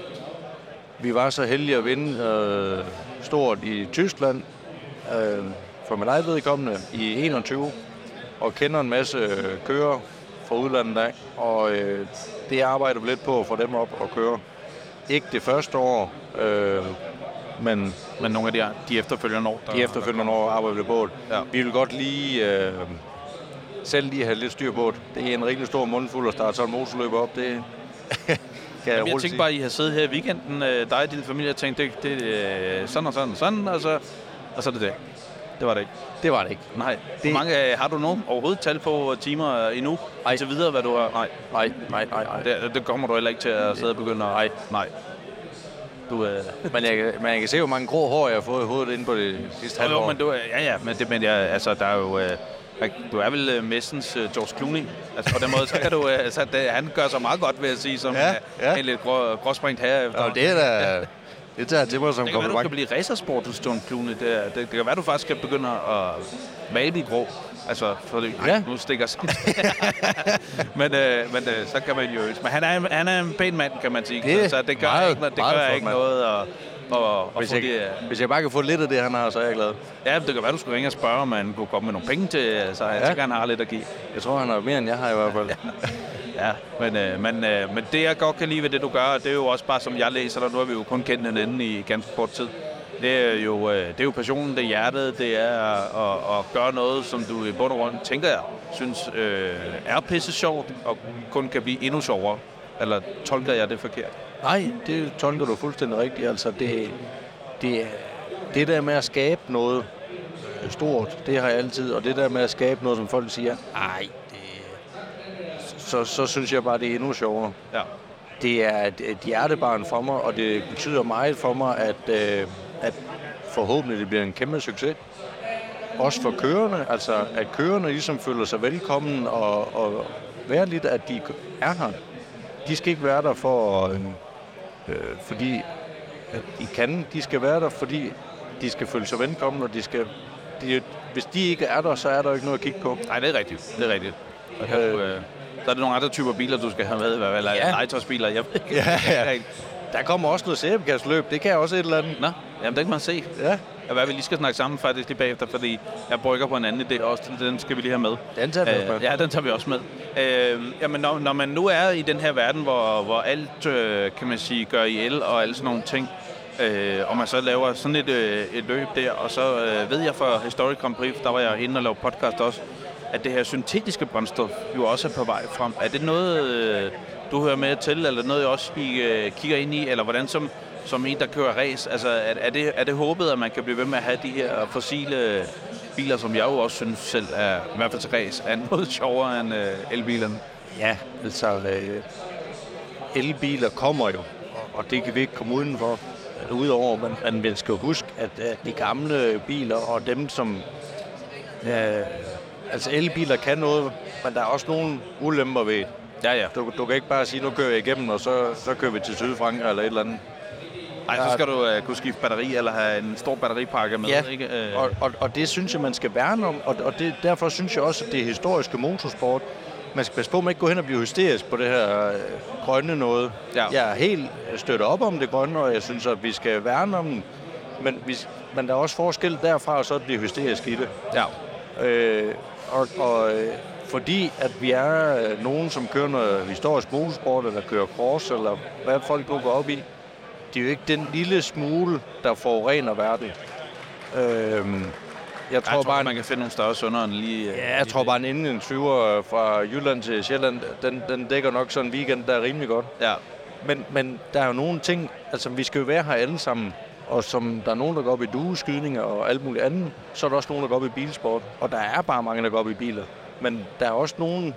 vi var så heldige at vinde øh, stort i Tyskland, øh, for mit eget vedkommende, i enogtyve, og kender en masse øh, kører fra udlandet af, og øh, det arbejder vi lidt på at få dem op og køre. Ikke det første år, øh, men Men nogle af de, de efterfølgende år... Der, de efterfølgende år arbejder vi på det. Ja. Vi vil godt lige øh, selv lige have lidt styr på det. Det er en rigtig stor mundfuld at starte sådan en motorløb op. Det kan jeg Jamen, jeg roligt tænkte sige. bare, at I har siddet her i weekenden, øh, dig og din familie, og tænkt, det, det øh, sådan og sådan og sådan, og så, og så er det det. Det var det ikke. Det var det ikke. Nej. Det- Hvor mange, øh, har du nogen overhovedet tal på timer endnu? Ej. Indtil videre, hvad du har? Nej. Nej, nej, nej, nej. Det, det kommer du heller ikke til at sidde og begynde at... Nej. Nej. Du, øh, Men jeg, kan- men jeg kan se, hvor mange grå hår, jeg har fået i hovedet inde på det sidste jo, halve jo, år. men du, er- ja, ja, men, det, men jeg, altså, der er jo... Øh, du er vel uh, Messens uh, George Clooney. Altså på den måde, så kan du... Uh, altså, det, han gør sig meget godt, vil jeg sige, som Ja, ja, ja. ja. en lidt grå, gråsprængt herre. Nå, det er da... Det tager jeg til mig som Det kan være, du kompliment. kan blive racersport hos George Clooney. Det, er- det, det kan være, du faktisk skal begynde at male i grå. Altså, for det, Ja. ja. nu stikker sådan. men øh, men øh, så kan man jo... Men han er, en- han er en pæn mand, kan man sige. Det er så det gør meget- ikke, det meget gør flot ikke mand. noget at, at, at Hvis få jeg, det... hvis jeg bare kan få lidt af det, han har, så er jeg glad. Ja, det kan være, du skulle ringe og spørge, om man kunne komme med nogle penge til, så jeg Ja. tænker, han har lidt at give. Jeg tror, han har mere, end jeg har i hvert fald. Ja, men, øh, men, øh, men det, jeg godt kan lide ved det, du gør, det er jo også bare, som jeg læser, og nu har vi jo kun kendt hinanden i ganske kort tid. Det er jo, øh, det er jo passionen, det er hjertet, det er at, at gøre noget, som du i bund og grund, tænker jeg, synes øh, er pisse sjovt, og kun kan blive endnu sjovere. Eller tolker jeg det forkert? Nej, det tolker du fuldstændig rigtigt. Altså, det, det, det der med at skabe noget stort, det har jeg altid. Og det der med at skabe noget, som folk siger, ej, det, så, så synes jeg bare, det er endnu sjovere. Ja. Det er et, et hjertebarn for mig, og det betyder meget for mig, at, øh, at forhåbentlig det bliver en kæmpe succes. Også for kørerne, altså at kørerne ligesom føler sig velkommen og, og være lidt, at de er her. De skal ikke være der for, øh, øh, fordi at de kan. De skal være der, fordi de skal føle sig velkommen, og de skal, de, hvis de ikke er der, så er der ikke noget at kigge på. Nej, det er rigtigt. Det er rigtigt. Og kan Øh. du, øh, så er det nogle andre typer biler, du skal have med, eller Ja. ja. legetøjsbiler. Jeg ved ikke. Ja, ja. Der kommer også noget sæbekasteløb, det kan også et eller andet. Nå, jamen det kan man se. Ja. hvad vi lige skal snakke sammen faktisk lige bagefter, fordi jeg brygger på en anden idé også. Den skal vi lige have med. Den tager vi også med. Ja, den tager vi også med. Øh, jamen, når, når man nu er i den her verden, hvor, hvor alt, øh, kan man sige, gør ihjel og alle sådan nogle ting, øh, og man så laver sådan et, øh, et løb der, og så øh, ved jeg fra Historic Grand Prix, der var jeg inde og lavede podcast også, at det her syntetiske brændstof jo også er på vej frem. Er det noget, øh, du hører med til, eller noget, I også I, øh, kigger ind i, eller hvordan som, som en, der kører race? Altså, er, er, det, er det håbet, at man kan blive ved med at have de her fossile biler, som jeg jo også synes selv er, i hvert fald til race, er noget sjovere end øh, elbilerne? Ja, altså øh, elbiler kommer jo, og det kan vi ikke komme udenfor. Udover, men man skal huske, at, at de gamle biler og dem, som... Øh, altså elbiler kan noget, men der er også nogle ulemper ved. Ja, ja. Du, du kan ikke bare sige, nu kører jeg igennem, og så, så kører vi til Sydfrankrig eller et eller andet. Nej, så skal du uh, kunne skifte batteri, eller have en stor batteripakke med, ja, ikke? Uh... og, og, og det synes jeg, man skal værne om, og, og det, derfor synes jeg også, at det historiske motorsport, man skal passe på, at man ikke går hen og bliver hysterisk på det her øh, grønne noget. Ja. Jeg er helt støtter op om det grønne, og jeg synes, at vi skal værne om den, men, vi, men der er også forskel derfra, og så at blive hysterisk i det. Ja. Øh, og, og fordi at vi er øh, nogen, som kører noget historisk motorsport, eller kører cross, eller hvad folk nu går op i, det er jo ikke den lille smule, der forurener verden. Øh, jeg tror, jeg tror bare, man kan finde nogle større sønder end lige... Ja, jeg lige tror bare, en indgangsflyver fra Jylland til Sjælland, den, den dækker nok sådan en weekend, der er rimelig godt. Ja. Men, men der er jo nogle ting, altså vi skal jo være her alle sammen, og som der er nogen, der går op i dueskydninger og alt muligt andet, så er der også nogen, der går op i bilsport. Og der er bare mange, der går op i biler. Men der er også nogen,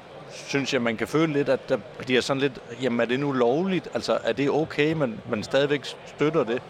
synes jeg, man kan føle lidt, at der bliver sådan lidt, jamen er det nu lovligt? Altså er det okay, men man stadigvæk støtter det?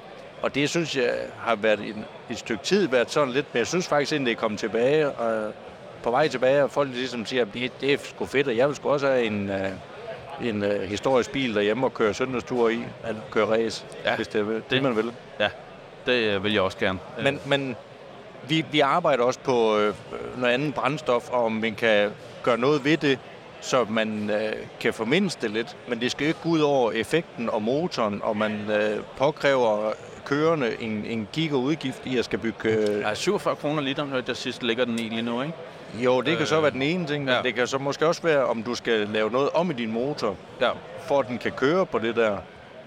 Og det synes jeg har været en, et stykke tid været sådan lidt, men jeg synes faktisk, at det er kommet tilbage, og på vej tilbage, og folk ligesom siger, at det, det er sgu fedt, og jeg vil sgu også have en, uh, en uh, historisk bil derhjemme og køre søndagstur i, at køre race, ja, hvis det er det, det, man vil. Ja, det vil jeg også gerne. Men, men vi, vi arbejder også på øh, noget andet brændstof, og om vi kan gøre noget ved det, så man øh, kan formindske det lidt. Men det skal jo ikke gå ud over effekten og motoren, og man øh, påkræver kørende en, en gigaudgift i at skal bygge... Øh... Ja, syvogfyrre kroner literen, hørte jeg sidst, ligger den i lige nu, ikke? Jo, det kan øh, så være den ene ting, men ja. det kan så måske også være, om du skal lave noget om i din motor, ja. for at den kan køre på det der.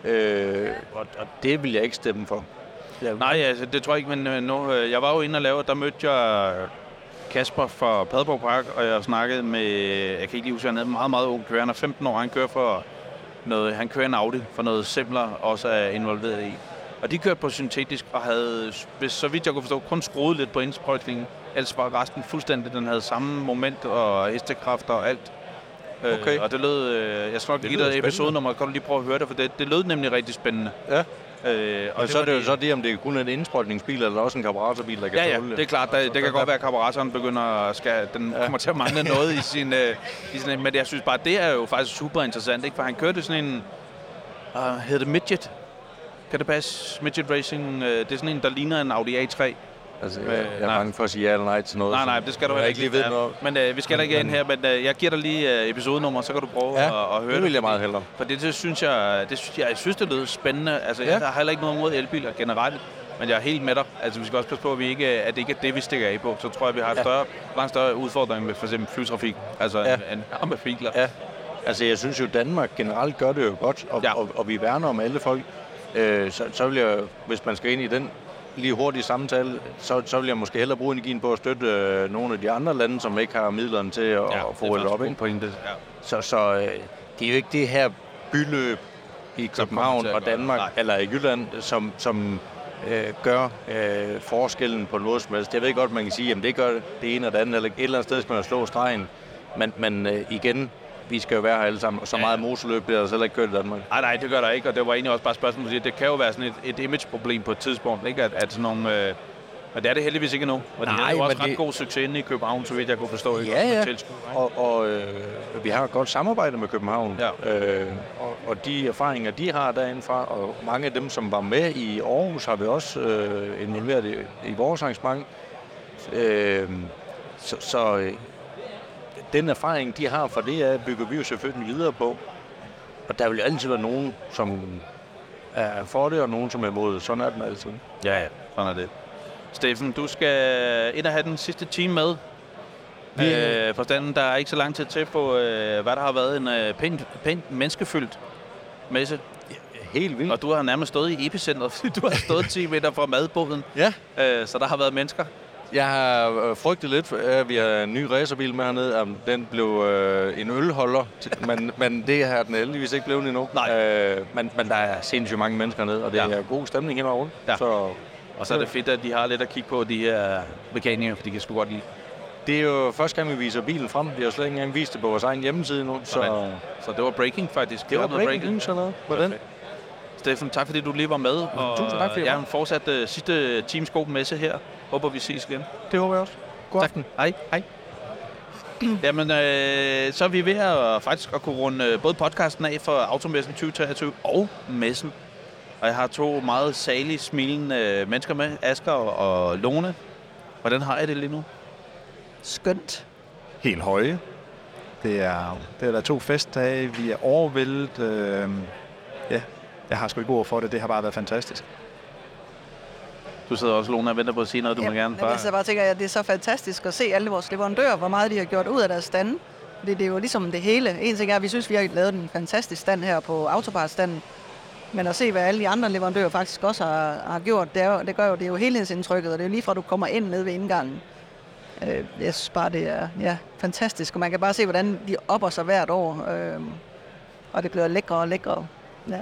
Øh, og, og det vil jeg ikke stemme for. Ja. Nej, altså, det tror jeg ikke, men nu, jeg var jo inde og lave, der mødte jeg Kasper fra Padborg Park, og jeg snakkede med, jeg kan ikke lige huske, han er meget, meget ung kører, han er femten år, han kører for noget, han kører en Audi for noget simpler, også er involveret i. Og de kørte på syntetisk og havde, hvis, så vidt jeg kunne forstå, kun skruet lidt på indsprøjtningen, ellers var resten fuldstændig, den havde samme moment og hestekræfter og alt. Okay. Øh, og det lød, øh, jeg skal nok give dig episodenummer, kan du lige prøve at høre det, for det, det lød nemlig rigtig spændende. Ja. Øh, og og det så er det jo de... så det, om det er kun en indsprøjtningsbil, eller også en karburatorbil, der kan ja, ja, tåle det. det er klart. Der, det kan godt være, at karburatoren begynder at skal, den ja. kommer til at mangle noget i sin, øh, i sin... Men jeg synes bare, det er jo faktisk super interessant, ikke? For han kørte sådan en... Uh, hedder det Midget? Kan det passe? Midget Racing, øh, det er sådan en, der ligner en Audi A tre. Altså, jeg, jeg er bange for at sige ja eller nej til noget. Nej, nej, det skal du heller ikke lige vide noget. Men øh, vi skal heller ikke ind her, men øh, jeg giver dig lige øh, episodenummer, så kan du prøve ja, at, at høre det. det vil jeg meget hellere. For det, det synes jeg, det synes jeg, jeg synes, det lyder spændende. Altså, ja. Jeg har heller ikke noget mod elbiler generelt, men jeg er helt med dig. Altså, vi skal også passe på, at, vi ikke, at det ikke er det, vi stikker af på. Så tror jeg, vi har en ja. større, langt større udfordring med for eksempel flytrafik, altså ja. en arme biler. Ja. Altså, jeg synes jo, Danmark generelt gør det jo godt, og, ja. og, og vi værner om alle folk. Øh, så, så vil jeg, hvis man skal ind i den lige hurtige samtale, så, så vil jeg måske hellere bruge energien på at støtte øh, nogle af de andre lande, som ikke har midlerne til at, ja, at få rullet op. Ikke? Pointe. Ja. Så, så øh, det er jo ikke det her byløb i København og Danmark, Nej. eller i Jylland, som, som øh, gør øh, forskellen på noget som helst. Jeg ved godt, man kan sige, at det gør det ene og det andet, eller et eller andet sted skal man slå stregen. Men, men øh, igen, vi skal jo være her alle sammen, og så meget ja. motorløb bliver der selv ikke kørt i Danmark. Nej, nej, det gør der ikke, og det var egentlig også bare et spørgsmål, at det kan jo være sådan et, et imageproblem på et tidspunkt, ikke? At, at sådan nogle... Øh, og det er det heldigvis ikke nu. Og de havde jo også ret det... god succes inde i København, så vidt jeg kunne forstå. Ikke? Ja, ja. Og, og øh, vi har et godt samarbejde med København. Ja. Øh, og, og de erfaringer, de har derindefra, og mange af dem, som var med i Aarhus, har vi også øh, involveret i, i vores arrangement. Øh, så... så øh, den erfaring, de har fra det, bygger vi jo selvfølgelig videre på. Og der vil jo altid være nogen, som er for det, og nogen, som er imod. Sådan er den altid. Ja, ja. Sådan er det. Steffen, du skal ind og have den sidste time med. Yeah. Øh, forstanden, der er ikke så lang tid til på, øh, hvad der har været en øh, pænt, pænt menneskefyldt messe. Helt vildt. Og du har nærmest stået i epicentret, fordi du har stået ti meter fra madboden. Ja. Øh, så der har været mennesker. Jeg har frygtet lidt, for, at vi har en ny racerbil med hernede. Den blev øh, en ølholder, men, men det har den heldigvis ikke blevet endnu. Nej. Øh, men, men der er sindssygt mange mennesker nede, og det ja. er god stemning hen over rundt. Ja. Så, og så er det fedt, at de har lidt at kigge på, de her mekanikere, for de kan sgu godt lide. Det er jo første gang, vi viser bilen frem. Vi har slet ikke engang vist det på vores egen hjemmeside nu. Så, så det var breaking faktisk. Det var breaking, breaking sådan noget. Hvordan? Steffen, tak fordi du lige var med. Og tusind tak, fordi jeg har fortsat uh, sidste Team Scope messe her. Håber vi ses igen. Det håber jeg også. God tak. aften. Hej. Hej. Jamen, øh, så er vi ved at faktisk at kunne runde både podcasten af for Automessen tyve treogtyve og messen. Og jeg har to meget salige, smilende mennesker med, Asger og Lone. Hvordan har jeg det lige nu? Skønt. Helt høje. Det er, det er der to festdage. Vi er overvældet. Øh, ja, jeg har sgu ikke ord for det. Det har bare været fantastisk. Du sidder også, Lone, og venter på at sige noget, du ja, må gerne bare... Jeg bare tænker, at det er så fantastisk at se alle vores leverandører, hvor meget de har gjort ud af deres stande. Det, det er jo ligesom det hele. En ting er, at vi synes, vi har lavet en fantastisk stand her på Autobart-standen. Men at se, hvad alle de andre leverandører faktisk også har, har gjort, det, er, det gør jo, det er jo helhedsindtrykket, og det er jo lige fra, du kommer ind ned ved indgangen. Øh, jeg synes bare, det er ja, fantastisk, og man kan bare se, hvordan de opper sig hvert år, øh, og det bliver lækre og lækre. Ja.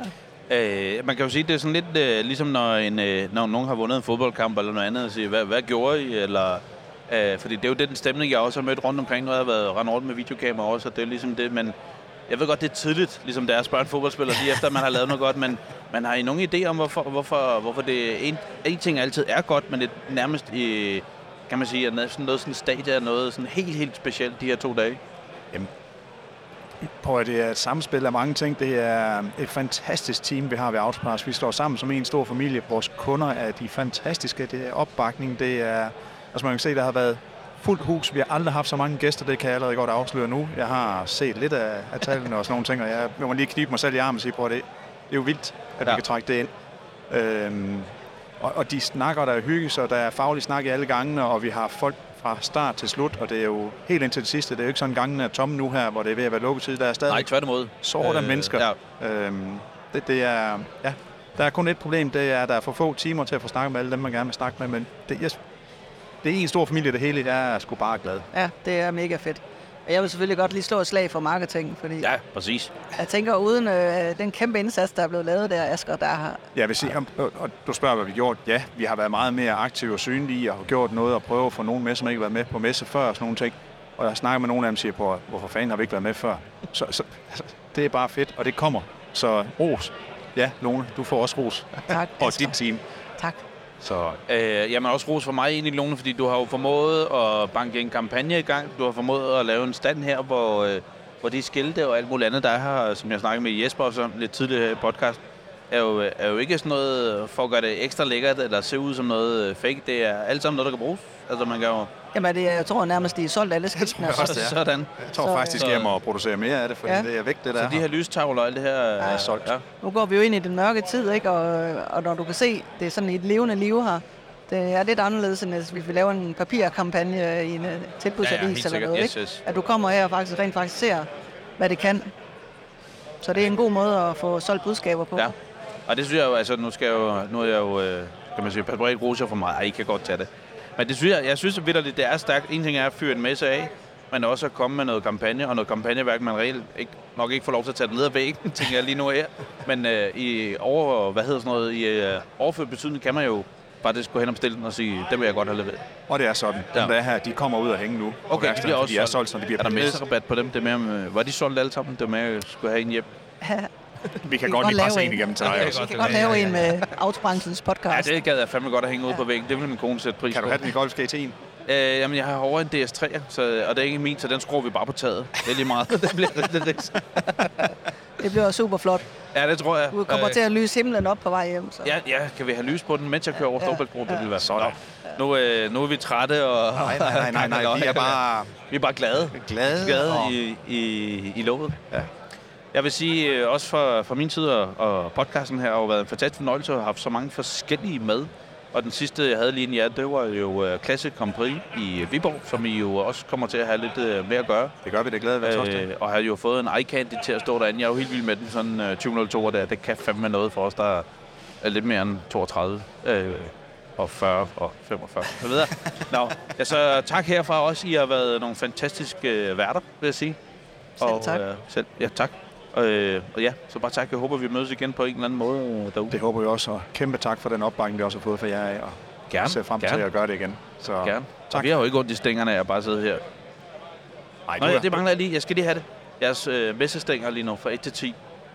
Øh, man kan jo sige, det er sådan lidt øh, ligesom, når, en, øh, når nogen har vundet en fodboldkamp eller noget andet, og sige, hvad, hvad gjorde I? Eller, øh, fordi det er jo den stemning, jeg også har mødt rundt omkring, når jeg har været rendt rundt med videokamera også, og det er ligesom det, men jeg ved godt, det er tidligt, ligesom det er at spørge en fodboldspiller, lige efter man har lavet noget godt, men man har I nogen idé om, hvorfor, hvorfor, hvorfor det en, en ting altid er godt, men det er nærmest i, kan man sige, at noget, noget sådan stadie er noget sådan helt, helt specielt de her to dage? Jamen, prøv at det er et samspil af mange ting. Det er et fantastisk team, vi har ved Autoparts. Vi står sammen som en stor familie. Vores kunder er de fantastiske. Det er opbakning. Det er, altså man kan se, der har været fuldt hus. Vi har aldrig haft så mange gæster, det kan jeg allerede godt afsløre nu. Jeg har set lidt af, af tallene og sådan nogle ting, og jeg må lige knibe mig selv i armen og sige, prøv at det, det er jo vildt, at ja. vi kan trække det ind. Øhm, og, og de snakker, der er hygge, så der er faglig snak i alle gangene, og vi har folk fra start til slut, og det er jo helt indtil det sidste. Det er jo ikke sådan, gangen er tomme nu her, hvor det er ved at være lukketid. Der er stadig Nej, tværtimod. Sådan øh, mennesker. Ja. Øhm, det, det er, ja, der er kun et problem, det er, at der er for få timer til at få snakket med alle dem, man gerne vil snakke med, men det, jeg, det er en stor familie, det hele. Jeg er sgu bare glad. Ja, det er mega fedt. Jeg vil selvfølgelig godt lige slå et slag for marketing, fordi ja, præcis. Jeg tænker, uden øh, den kæmpe indsats, der er blevet lavet der, Asger, der har... Ja, jeg vil sige, og, og du spørger, hvad vi har gjort. Ja, vi har været meget mere aktive og synlige og har gjort noget og prøve at få nogen med, som ikke har været med på messe før og sådan nogle ting. Og jeg snakker med nogle af dem og siger på, hvorfor fanden har vi ikke været med før? Så, så altså, det er bare fedt, og det kommer. Så ros. Ja, Lone, du får også ros. Tak, og dit team. Tak. Så, øh, jamen også ros for mig egentlig, Lone, fordi du har jo formået at banke en kampagne i gang. Du har formået at lave en stand her, hvor, øh, hvor de skilte og alt muligt andet, der er her, som jeg snakkede med Jesper også lidt tidligere i podcast, er jo, er jo ikke sådan noget for at gøre det ekstra lækkert eller se ud som noget fake. Det er alt sammen noget, der kan bruges. Altså man kan jo... Jamen, det, jeg tror nærmest, de er solgt alle skiltene. Jeg tror også, det er. Sådan. Jeg tror så, faktisk, at jeg må producere mere af det, fordi ja. det er væk, det der. Så de her lystavler og alt det her ja. er solgt. Ja. Nu går vi jo ind i den mørke tid, ikke? Og, og når du kan se, det er sådan et levende liv her. Det er lidt anderledes, end hvis vi laver en papirkampagne i en tilbudsavis ja, ja, eller noget. Yes, yes. Ikke? At du kommer her og faktisk rent faktisk ser, hvad det kan. Så det er en god måde at få solgt budskaber på. Ja. Og det synes jeg jo, altså nu skal jeg jo, nu er jeg jo, kan man sige, pas på ikke roser for mig. Ej, I kan godt tage det. Men det synes jeg, jeg synes vitterligt, det er stærkt. En ting er at fyre en messe af, men også at komme med noget kampagne, og noget kampagneværk, man reelt ikke, nok ikke får lov til at tage det ned ad væggen, tænker jeg lige nu her. Men øh, i over, hvad hedder sådan noget, i øh, overført betydning kan man jo faktisk gå hen og bestille den og sige, det vil jeg godt have leveret. Og det er sådan. Ja. Dem der her, de kommer ud og hænge nu. Okay, de bliver også de er solgt, så de bliver er der messerrabat på dem? Det med, om, var de solgt alle sammen? Det var med, at jeg skulle have en hjem. Vi kan vi godt lige presse en igennem til dig. Vi kan godt lave en med Autobranchens podcast. Ja, det gad jeg fandme godt at hænge ud på væggen. Det ville min kone sætte pris på. Kan du have den i Golf G T'en? Øh, jamen, jeg har over en D S tre, så, og det er ikke min, så den skruer vi bare på taget. Det er lige meget. det bliver det, det. Det bliver super flot. Ja, det tror jeg. Du kommer øh, til at lyse himlen op på vej hjem. Så. Ja, ja, kan vi have lys på den, mens jeg kører over Storebæltsbroen? Ja, ja. Det vil være sådan. Ja. Nu, øh, nu er vi trætte, og... Nej, nej, nej, nej, nej. vi er bare... vi er bare glade. Glade. Glade og... i, i, i låget. Ja. Jeg vil sige, øh, også fra, fra min side og, og podcasten her, har jo været en fantastisk fornøjelse at have haft så mange forskellige med. Og den sidste, jeg havde lige ja, det var jo uh, Classic Grand Prix i Viborg, som I jo også kommer til at have lidt uh, mere at gøre. Det gør vi, det glæder vi os også til. Øh, og har jo fået en iCandy til at stå derinde. Jeg er jo helt vild med den, sådan uh, tyve nul to der. Det kan fandme noget for os, der er lidt mere end toogtredive øh, og fyrre og femogfyrre. Så videre. Nå, ja, så tak herfra også. I har været nogle fantastiske uh, værter, vil jeg sige. Selv og, tak. Øh, selv, ja, tak. Øh, og ja, så bare tak. Jeg håber, vi mødes igen på en eller anden måde derude. Det håber vi også, og kæmpe tak for den opbakning, vi også har fået fra jer af, og gerne, ser frem gerne. til at gøre det igen. Så gerne. Tak. Og vi har jo ikke ondt i stængerne af at bare sidde her. Ej, Nå, ja, det mangler jeg lige. Jeg skal lige have det. Jeres øh, messestænger lige nu fra et til ti.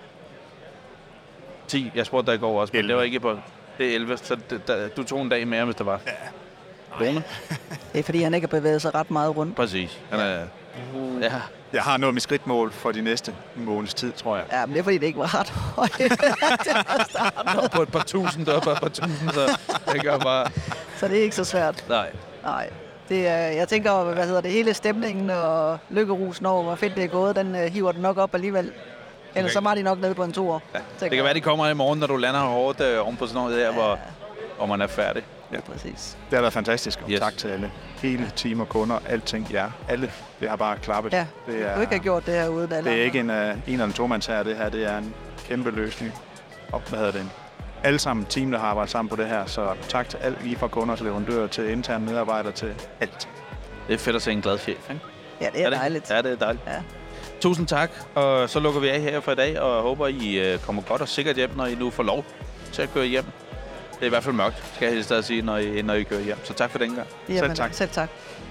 ti. Jeg spurgte dig i går også, men det var ikke på... Det er elleve, så det, der, du tog en dag mere, hvis det var. Ja. Rune? Det er fordi, han ikke har bevæget sig ret meget rundt. Præcis. Han er... Ja. Jeg har nået mit skridtmål for de næste måneds tid, tror jeg. Ja, men det er fordi, det ikke var ret højt. På et par tusind, op et par tusind, så det gør bare... Så det er ikke så svært. Nej. Nej. Det er, jeg tænker, hvad hedder det, hele stemningen og lykkerusen over, hvor fedt det er gået, den uh, hiver den nok op alligevel. Ellers okay. Så var de nok nede på en tur. Ja. Det kan være, de kommer i morgen, når du lander hårdt øh, oven på sådan noget der, ja. hvor, hvor man er færdig. Ja, præcis. Det har været fantastisk, og yes. tak til alle. Hele team og kunder, alting, ja, alle. Det har bare klappet. Ja, det er, du ikke har gjort det her uden alle. Det er ikke en, uh, en eller en tomands her, det her, det er en kæmpe løsning. Og hvad hedder det? Alle sammen team, der har arbejdet sammen på det her, så tak til alt, lige fra kunder til leverandører, til interne medarbejdere, til alt. Det er fedt at se en glad chef, ikke? Ja, det er, er det? dejligt. Ja, det er dejligt. Ja. Tusind tak, og så lukker vi af her for i dag, og håber, I kommer godt og sikkert hjem, når I nu får lov til at køre hjem. Det er i hvert fald mørkt, skal jeg helst sige, når I, når I kører hjem. Så tak for den gang. Jamen, selv tak. Selv tak.